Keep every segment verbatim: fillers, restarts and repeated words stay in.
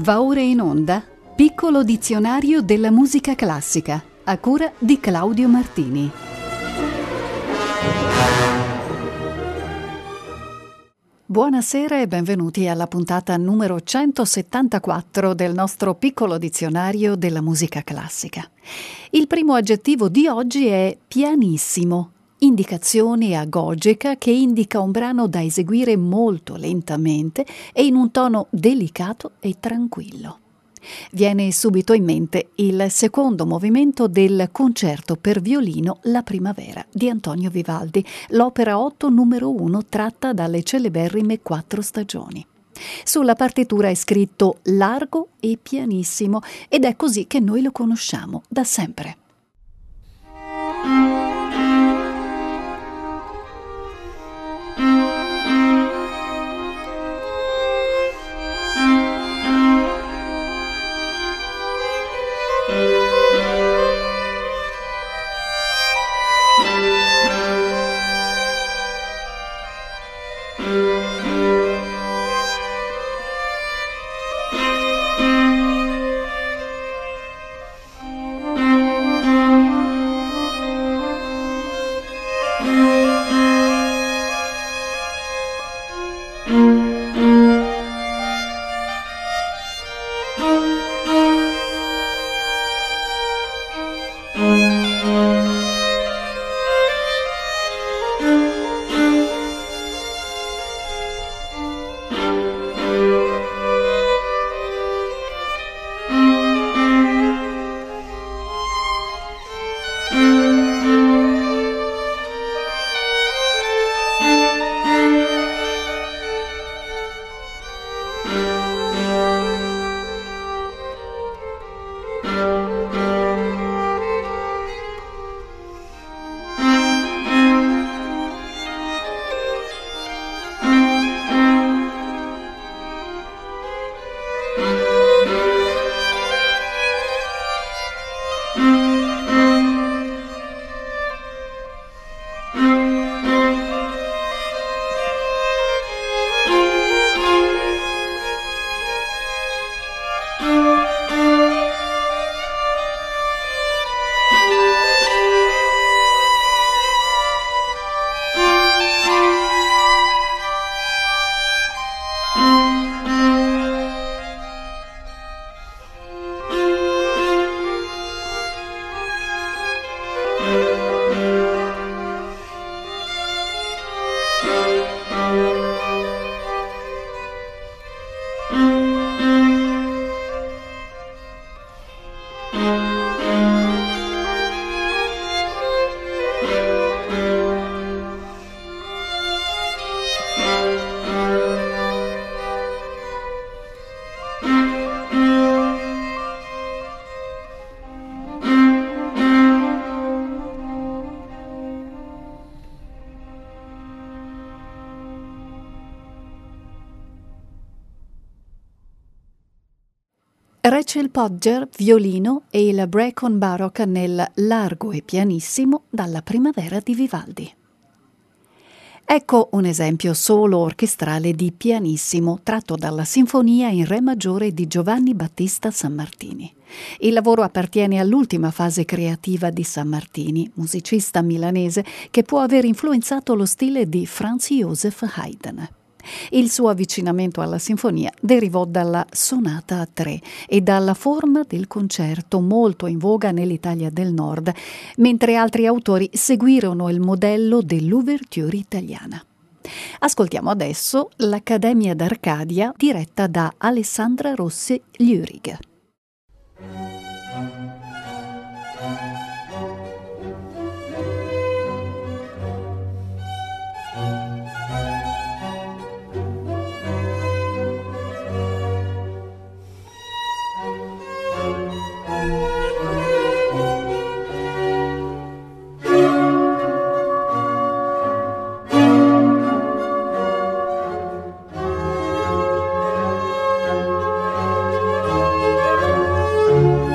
Va ora in onda Piccolo dizionario della musica classica, a cura di Claudio Martini. Buonasera e benvenuti alla puntata numero centosettantaquattro del nostro piccolo dizionario della musica classica. Il primo aggettivo di oggi è pianissimo, indicazione agogica che indica un brano da eseguire molto lentamente e in un tono delicato e tranquillo. Viene subito in mente il secondo movimento del concerto per violino La primavera di Antonio Vivaldi, l'opera otto numero uno tratta dalle celeberrime Quattro stagioni. Sulla partitura è scritto largo e pianissimo ed è così che noi lo conosciamo da sempre. Rachel Podger, violino, e il Brecon Baroque nel largo e pianissimo dalla primavera di Vivaldi. Ecco un esempio solo orchestrale di pianissimo tratto dalla sinfonia in re maggiore di Giovanni Battista Sammartini. Il lavoro appartiene all'ultima fase creativa di Sammartini, musicista milanese che può aver influenzato lo stile di Franz Joseph Haydn. Il suo avvicinamento alla sinfonia derivò dalla sonata a tre e dalla forma del concerto molto in voga nell'Italia del Nord, mentre altri autori seguirono il modello dell'ouverture italiana. Ascoltiamo adesso l'Accademia d'Arcadia diretta da Alessandra Rossi Lührig. Thank you.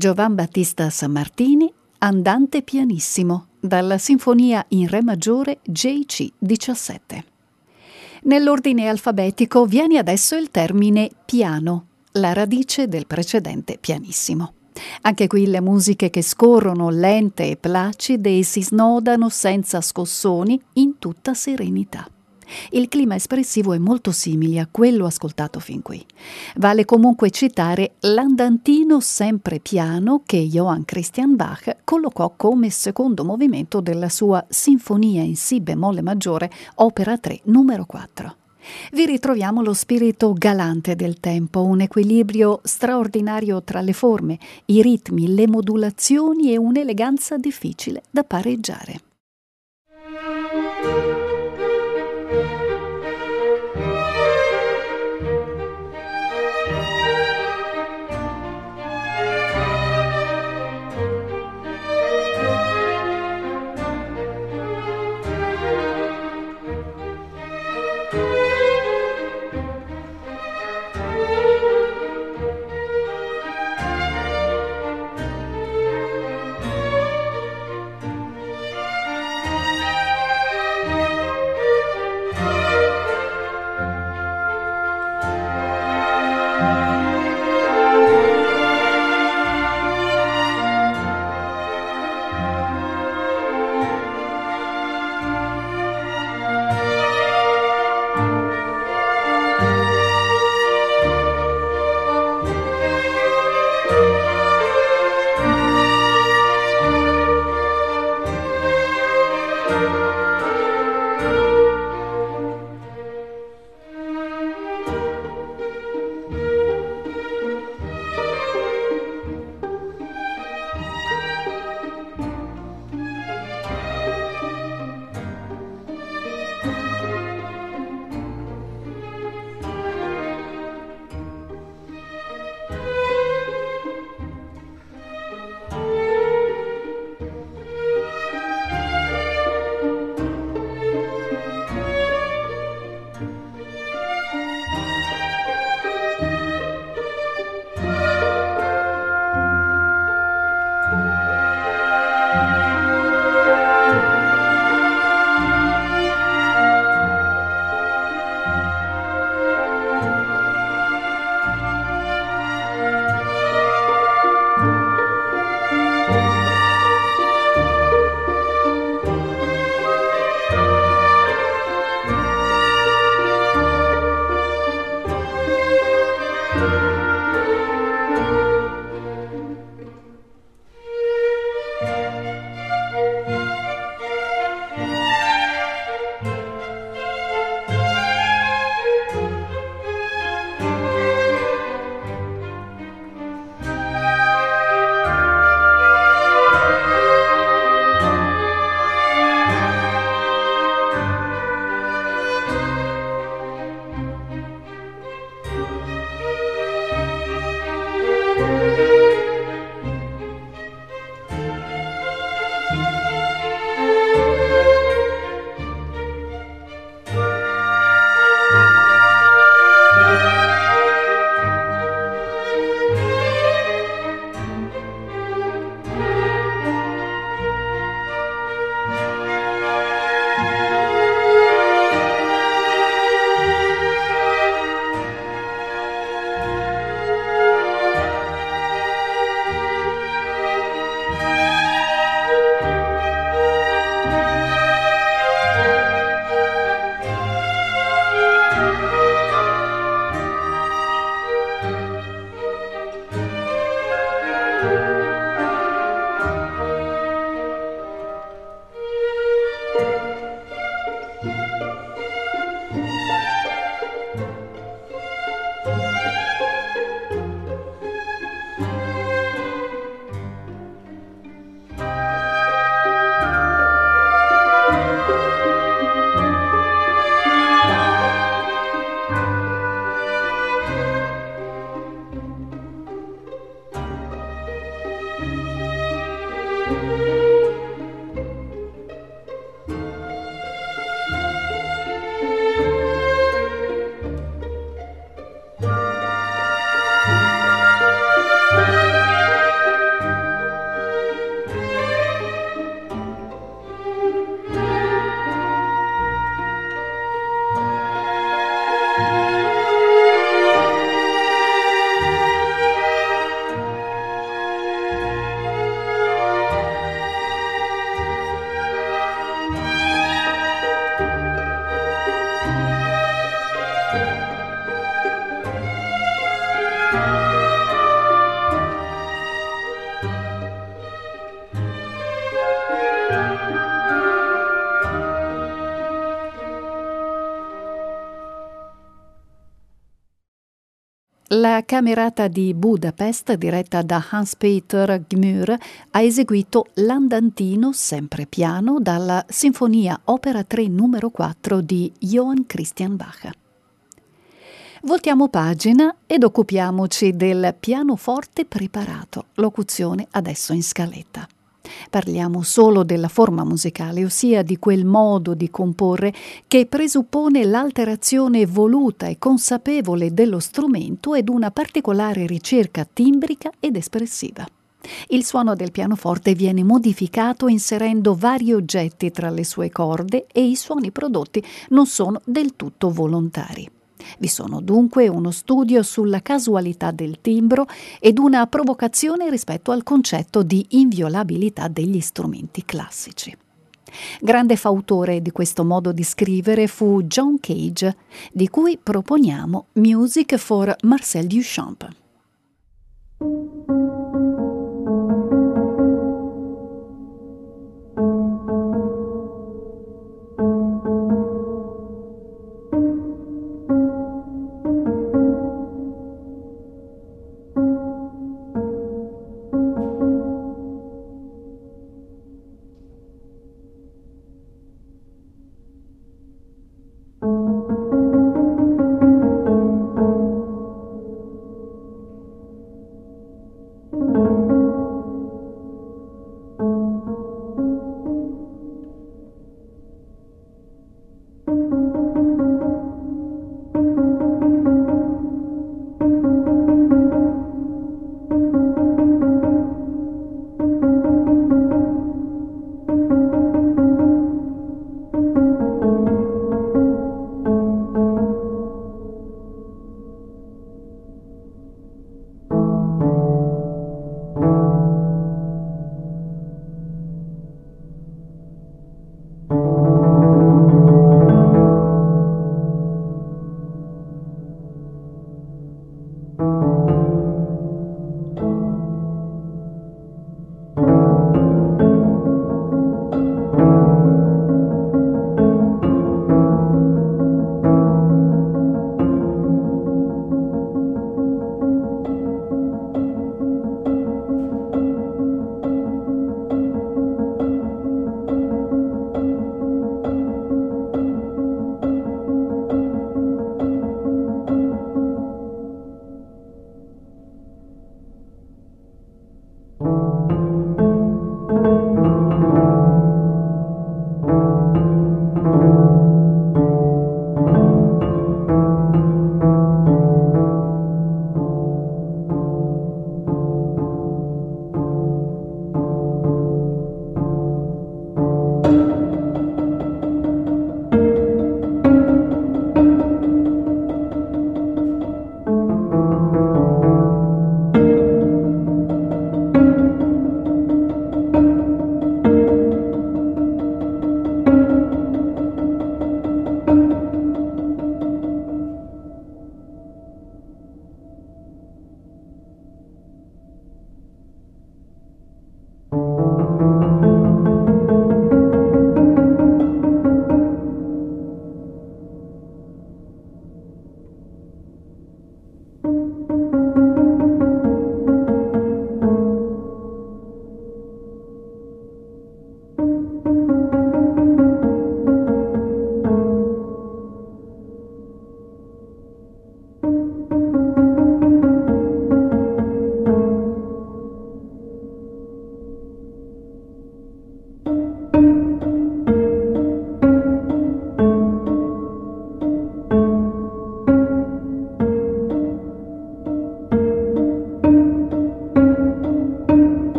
Giovan Battista Sammartini, Andante pianissimo, dalla Sinfonia in Re maggiore J C diciassette. Nell'ordine alfabetico viene adesso il termine piano, la radice del precedente pianissimo. Anche qui le musiche che scorrono lente e placide e si snodano senza scossoni in tutta serenità. Il clima espressivo è molto simile a quello ascoltato fin qui. Vale comunque citare l'andantino sempre piano che Johann Christian Bach collocò come secondo movimento della sua Sinfonia in Si bemolle maggiore, opera tre, numero quattro. Vi ritroviamo lo spirito galante del tempo, un equilibrio straordinario tra le forme, i ritmi, le modulazioni e un'eleganza difficile da pareggiare. La Camerata di Budapest, diretta da Hans-Peter Gmür, ha eseguito l'Andantino, sempre piano, dalla Sinfonia Opera tre numero quattro di Johann Christian Bach. Voltiamo pagina ed occupiamoci del pianoforte preparato, locuzione adesso in scaletta. Parliamo solo della forma musicale, ossia di quel modo di comporre che presuppone l'alterazione voluta e consapevole dello strumento ed una particolare ricerca timbrica ed espressiva. Il suono del pianoforte viene modificato inserendo vari oggetti tra le sue corde e i suoni prodotti non sono del tutto volontari. Vi sono dunque uno studio sulla casualità del timbro ed una provocazione rispetto al concetto di inviolabilità degli strumenti classici. Grande fautore di questo modo di scrivere fu John Cage, di cui proponiamo Music for Marcel Duchamp.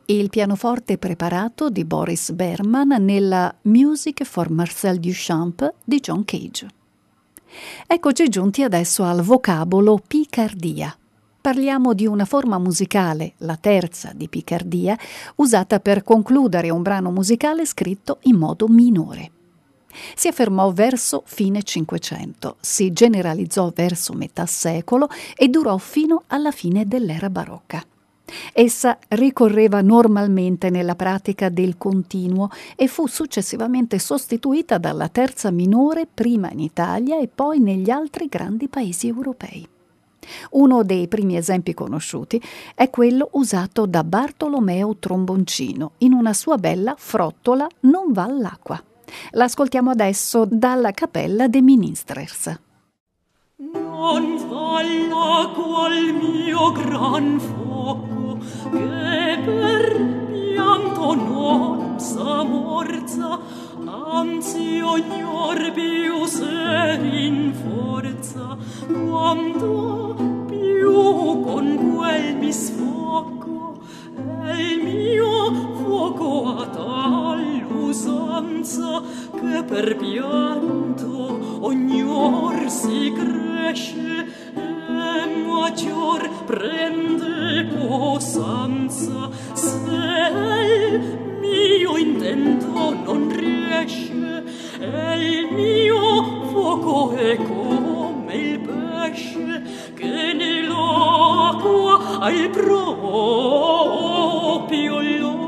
il pianoforte preparato di Boris Berman nella Music for Marcel Duchamp di John Cage. Eccoci giunti adesso al vocabolo picardia. Parliamo di una forma musicale, la terza di picardia, usata per concludere un brano musicale scritto in modo minore. Si affermò verso fine Cinquecento, si generalizzò verso metà secolo e durò fino alla fine dell'era barocca. Essa ricorreva normalmente nella pratica del continuo e fu successivamente sostituita dalla terza minore prima in Italia e poi negli altri grandi paesi europei. Uno dei primi esempi conosciuti è quello usato da Bartolomeo Tromboncino in una sua bella Frottola non val l'acqua. L'ascoltiamo adesso dalla Cappella dei Ministrers. Non va l'acqua al mio gran fuoco, che per pianto non s'amorza, anzi ognor più se rinforza, quanto più con quel mi sfoco, e il mio fuoco ha tal usanza, che per pianto ognor si cresce e maggior prende possanza. Se il mio intento non riesce e il mio fuoco è come il pesce che nell'acqua ha il proprio loco.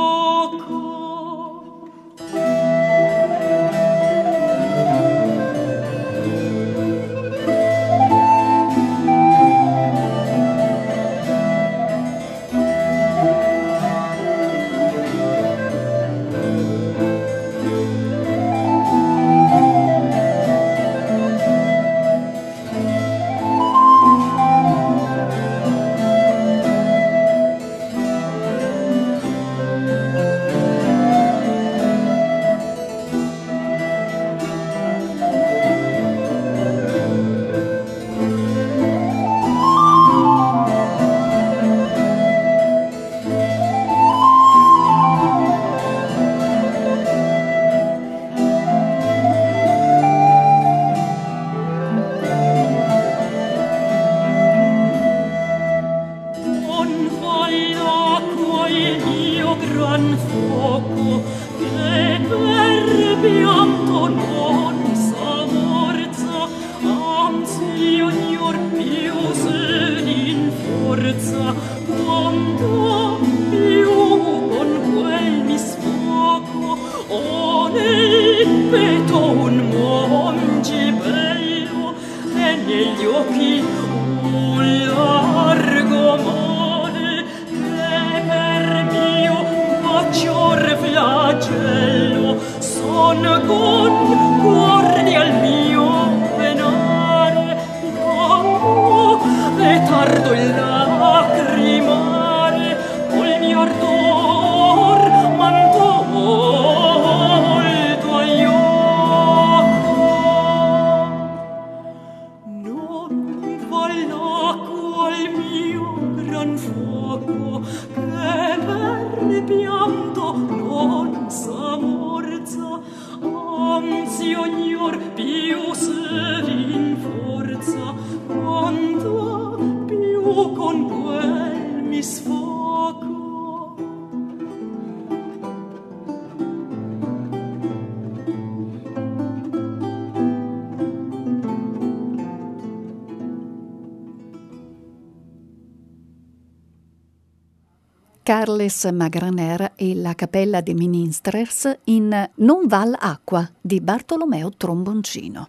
Carles Magraner e la Cappella dei Ministrers in Non val acqua di Bartolomeo Tromboncino.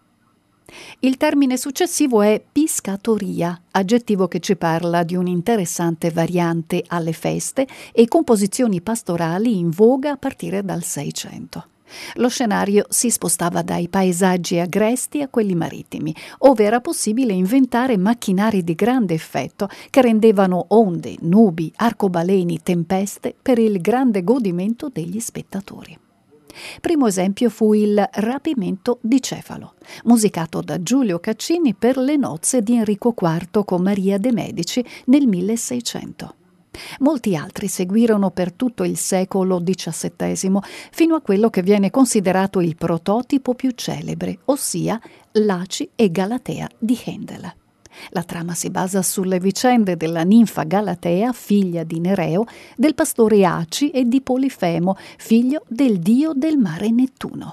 Il termine successivo è piscatoria, aggettivo che ci parla di un'interessante variante alle feste e composizioni pastorali in voga a partire dal Seicento. Lo scenario si spostava dai paesaggi agresti a quelli marittimi, ove era possibile inventare macchinari di grande effetto che rendevano onde, nubi, arcobaleni, tempeste per il grande godimento degli spettatori. Primo esempio fu il Rapimento di Cefalo, musicato da Giulio Caccini per le nozze di Enrico quarto con Maria de' Medici nel milleseicento. Molti altri seguirono per tutto il secolo diciassettesimo, fino a quello che viene considerato il prototipo più celebre, ossia Laci e Galatea di Handel. La trama si basa sulle vicende della ninfa Galatea, figlia di Nereo, del pastore Aci e di Polifemo, figlio del dio del mare Nettuno.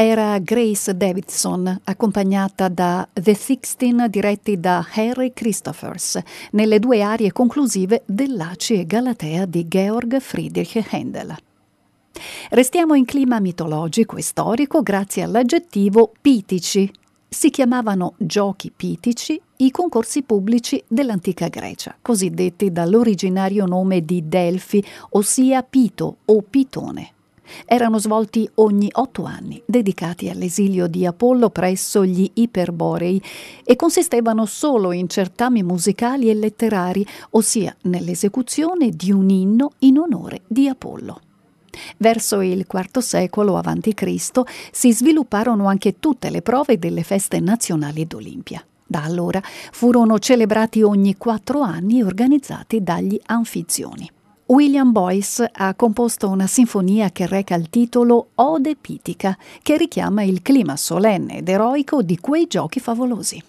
era Grace Davidson, accompagnata da The Sixteen diretti da Harry Christophers, nelle due arie conclusive dell'Aci e Galatea di Georg Friedrich Händel. Restiamo in clima mitologico e storico grazie all'aggettivo pitici. Si chiamavano giochi pitici i concorsi pubblici dell'antica Grecia, cosiddetti dall'originario nome di Delfi, ossia Pito o Pitone. Erano svolti ogni otto anni, dedicati all'esilio di Apollo presso gli Iperborei, e consistevano solo in certami musicali e letterari, ossia nell'esecuzione di un inno in onore di Apollo. Verso il quarto secolo avanti Cristo si svilupparono anche tutte le prove delle feste nazionali d'Olimpia. Da allora furono celebrati ogni quattro anni e organizzati dagli anfizioni. William Boyce ha composto una sinfonia che reca il titolo Ode Pitica, che richiama il clima solenne ed eroico di quei giochi favolosi.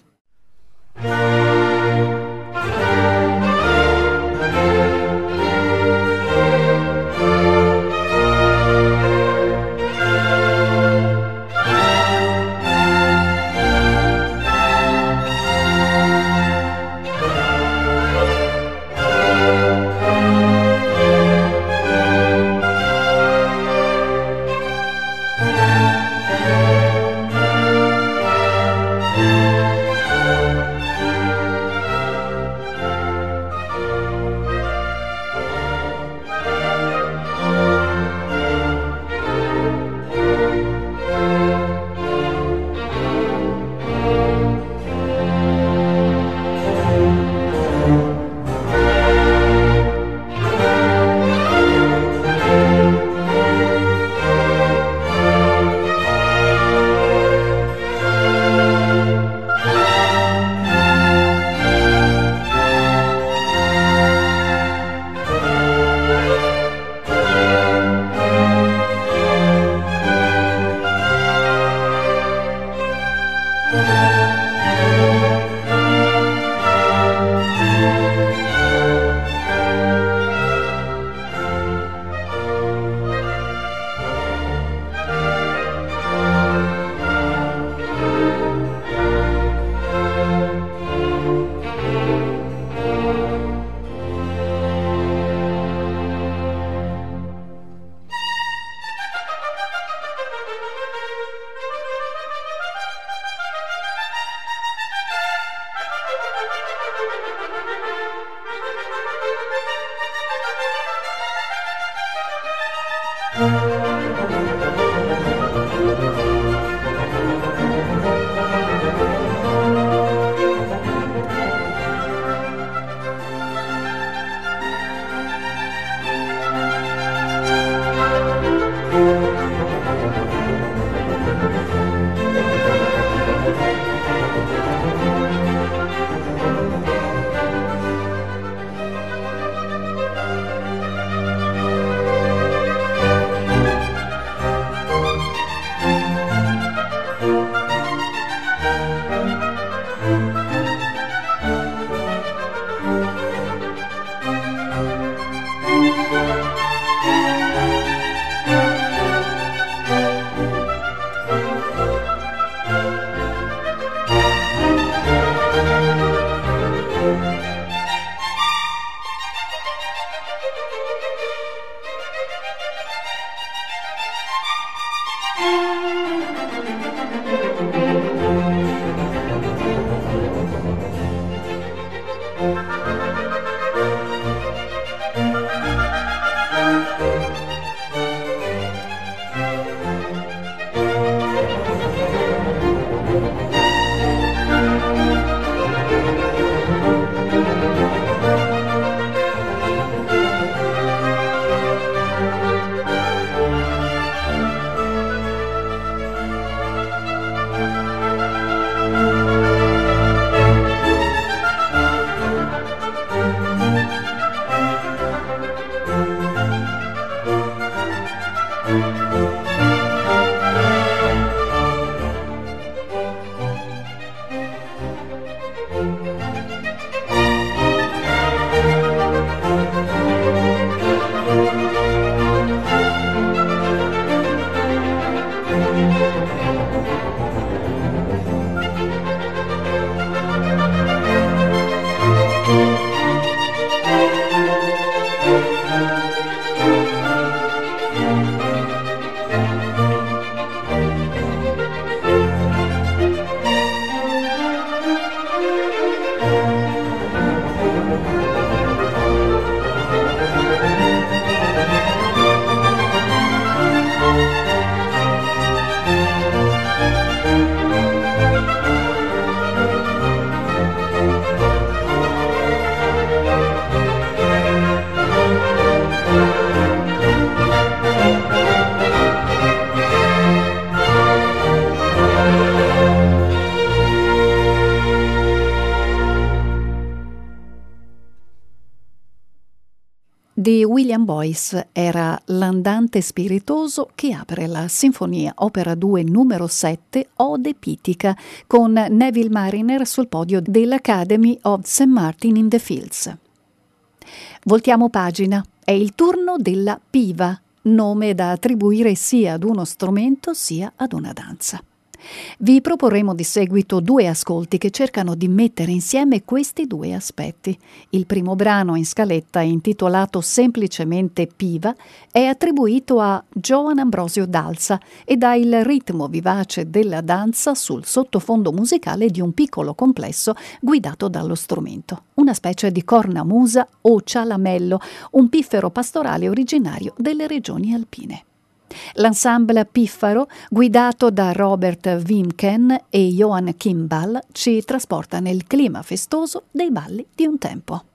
di William Boyce era l'andante spiritoso che apre la Sinfonia Opera due numero sette Ode Pitica con Neville Mariner sul podio dell'Academy of Saint Martin in the Fields. Voltiamo pagina, è il turno della piva, nome da attribuire sia ad uno strumento sia ad una danza. Vi proporremo di seguito due ascolti che cercano di mettere insieme questi due aspetti. Il primo brano in scaletta, intitolato semplicemente Piva, è attribuito a Johann Ambrosio Dalza ed ha il ritmo vivace della danza sul sottofondo musicale di un piccolo complesso guidato dallo strumento, una specie di cornamusa o cialamello, un piffero pastorale originario delle regioni alpine. L'ensemble Piffaro, guidato da Robert Wiemken e Johann Kimball, ci trasporta nel clima festoso dei balli di un tempo.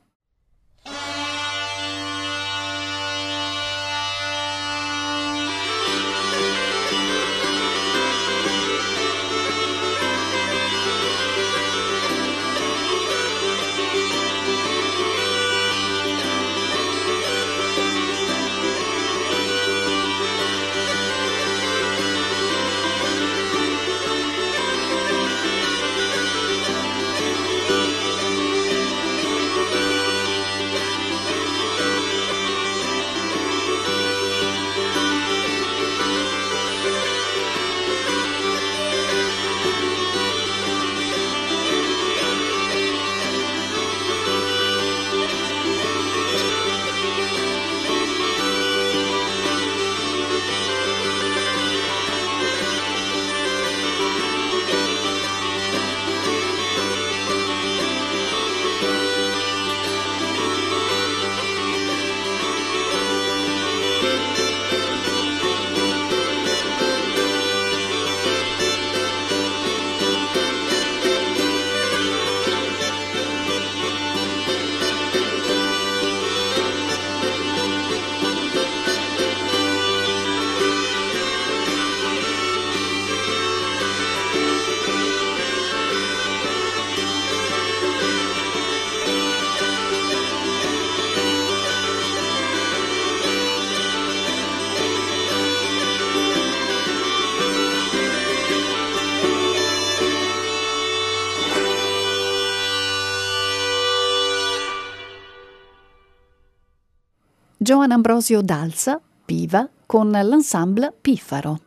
Johann Ambrosio Dalza, Piva, con l'ensemble Piffaro.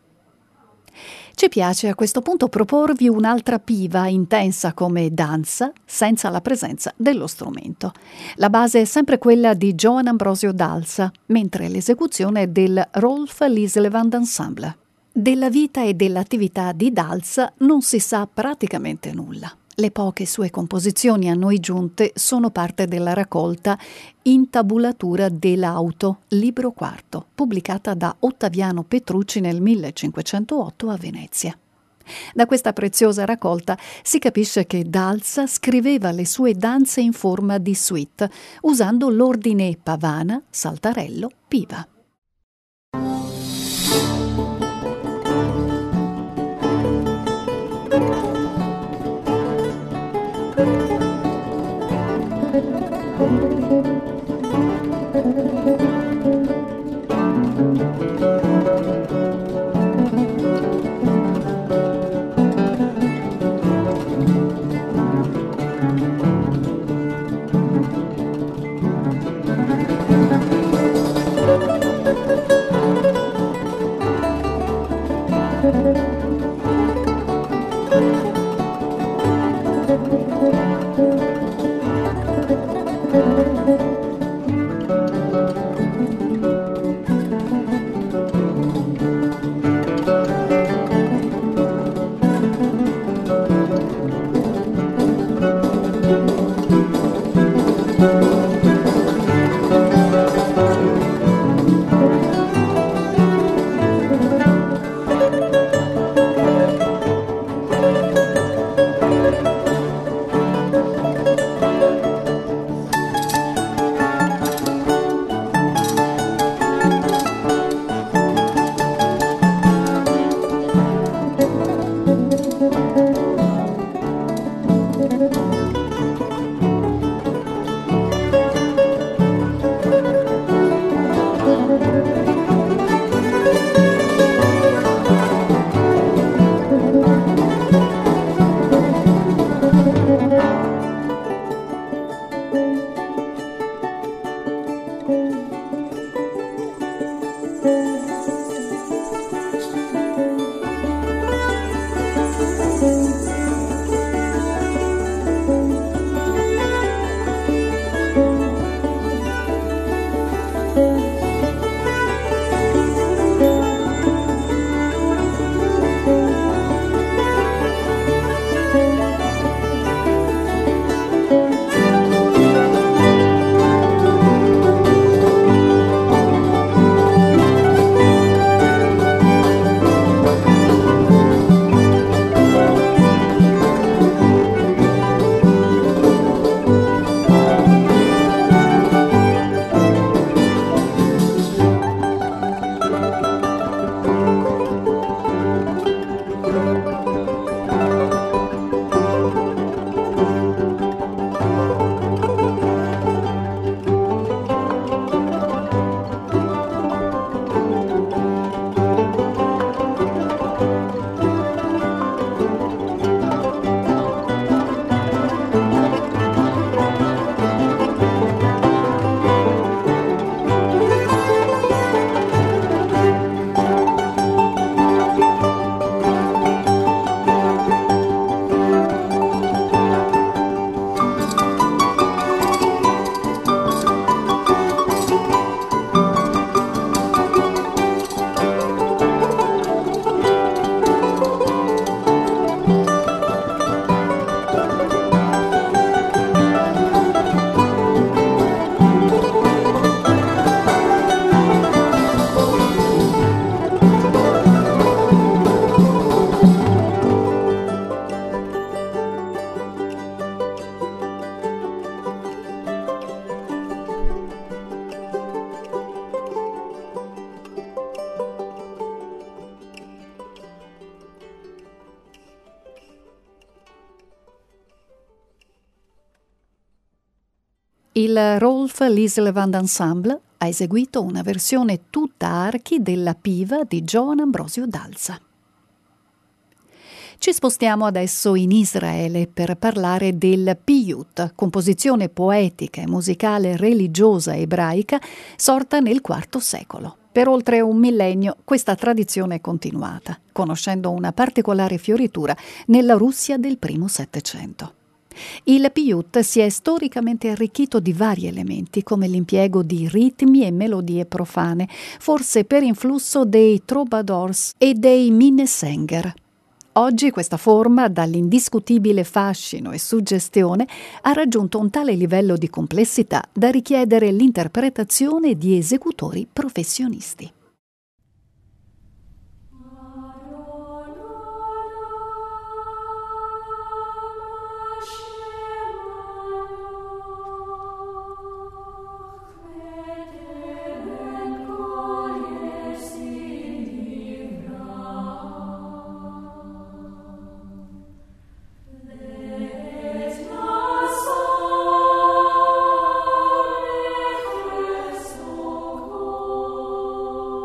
Ci piace a questo punto proporvi un'altra piva intensa come danza, senza la presenza dello strumento. La base è sempre quella di Johann Ambrosio Dalza, mentre l'esecuzione è del Rolf Lislevand Ensemble. Della vita e dell'attività di Dalza non si sa praticamente nulla. Le poche sue composizioni a noi giunte sono parte della raccolta Intabulatura dell'auto, libro quarto, pubblicata da Ottaviano Petrucci nel millecinquecentootto a Venezia. Da questa preziosa raccolta si capisce che Dalza scriveva le sue danze in forma di suite, usando l'ordine pavana, saltarello, piva. Il Rolf Lieslevand Ensemble ha eseguito una versione tutta archi della Piva di Giovan Ambrosio Dalza. Ci spostiamo adesso in Israele per parlare del Piyut, composizione poetica e musicale religiosa ebraica sorta nel quarto secolo. Per oltre un millennio questa tradizione è continuata, conoscendo una particolare fioritura nella Russia del primo Settecento. Il Piyut si è storicamente arricchito di vari elementi, come l'impiego di ritmi e melodie profane, forse per influsso dei troubadours e dei minnesänger. Oggi questa forma, dall'indiscutibile fascino e suggestione, ha raggiunto un tale livello di complessità da richiedere l'interpretazione di esecutori professionisti. Oh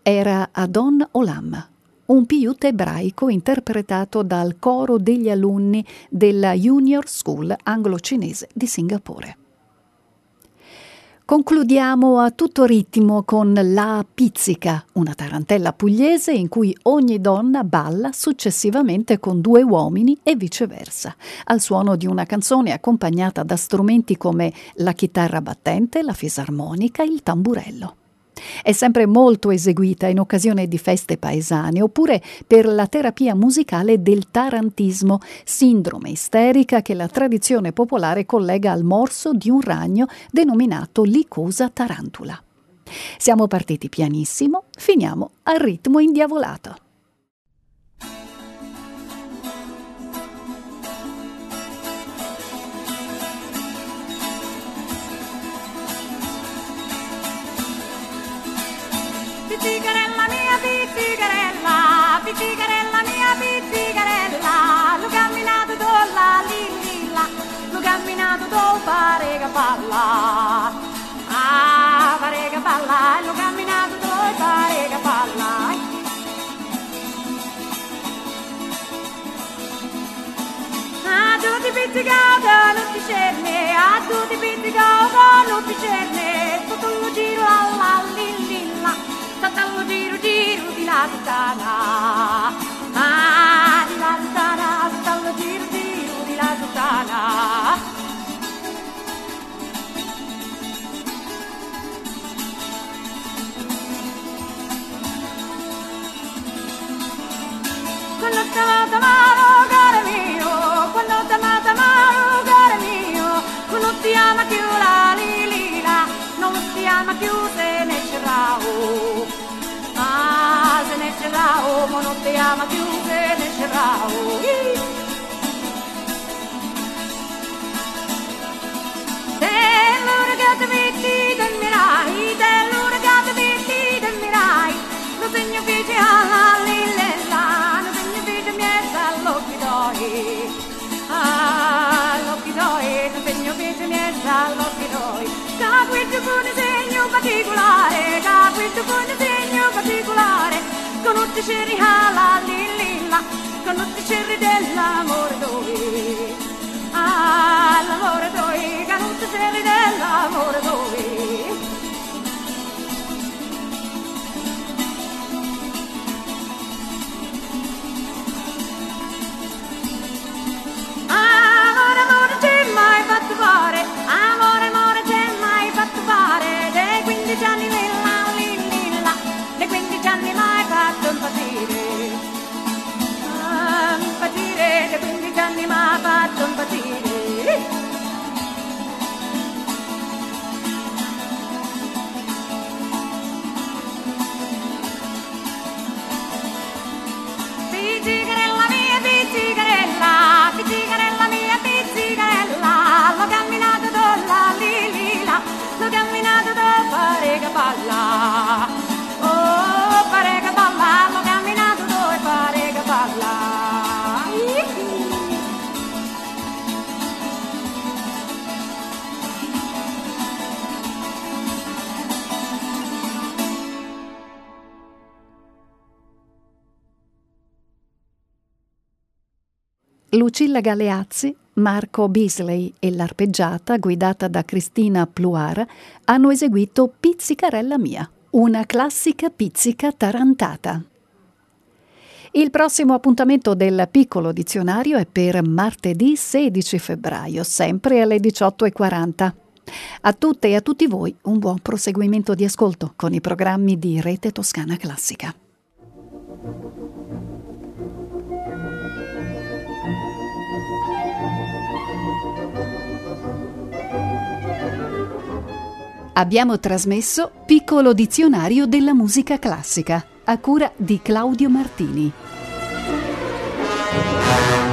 era Adon Olam, un piyut ebraico interpretato dal coro degli alunni della Junior School anglo-cinese di Singapore. Concludiamo a tutto ritmo con La Pizzica, una tarantella pugliese in cui ogni donna balla successivamente con due uomini e viceversa, al suono di una canzone accompagnata da strumenti come la chitarra battente, la fisarmonica, il tamburello. È sempre molto eseguita in occasione di feste paesane oppure per la terapia musicale del tarantismo, sindrome isterica che la tradizione popolare collega al morso di un ragno denominato licosa tarantula. Siamo partiti pianissimo, finiamo al ritmo indiavolato. Pizzicarella mia pizzicarella, pizzicarella mia pizzicarella, l'ho camminato dolla lillilla, l'ho camminato do pare che balla, ah pare che balla, l'ho camminato do pare che balla. A tutti pizzicato non ti cerne, a tutti pizzicato non ti cerne, tutto lo giro alla lillilla. Tallo giro giro di la sottana, ah di la sottana, tallo giro giro di la sottana. Quando t'amata mano caro mio, quando t'amata mano caro mio, quando ti ama più la lilila, non ti ama più se ne cerrao. Ah, se ne cerrao, ma non ti ama più se ne cerrao. Dell'ora che ti metti dormirai, dell'ora che ti metti dormirai, lo segno che c'è alla lillella, lo segno che c'è miezza all'occhi d'oi. Ah, l'occhi d'oi, lo segno che c'è miezza all'occhi d'oi. Da questo con segno particolare, da questo con segno particolare, conosci la lillilla, conosci dell'amore d'oi. Ah, l'amore d'oi, conosci dell'amore d'oi. Amore, amore, c'è mai fatto fare, amore, amore, c'è mai fatto fare, dei quindici anni nella lillilla, dei quindici anni mai fatto impazzire, ah, impazzire, dei quindici anni mai fatto impazzire. Pizzicarella mia pizzicarella, pizzicarella mia pizzicarella, l'ho camminato dolla lilila, l'ho camminato do pare che balla, oh pare che balla, l'ho camminato do pare che balla. Lucilla Galeazzi, Marco Beasley e l'arpeggiata, guidata da Cristina Pluara, hanno eseguito Pizzicarella mia, una classica pizzica tarantata. Il prossimo appuntamento del Piccolo Dizionario è per martedì sedici febbraio, sempre alle diciotto e quaranta. A tutte e a tutti voi un buon proseguimento di ascolto con i programmi di Rete Toscana Classica. Abbiamo trasmesso Piccolo Dizionario della musica classica, a cura di Claudio Martini.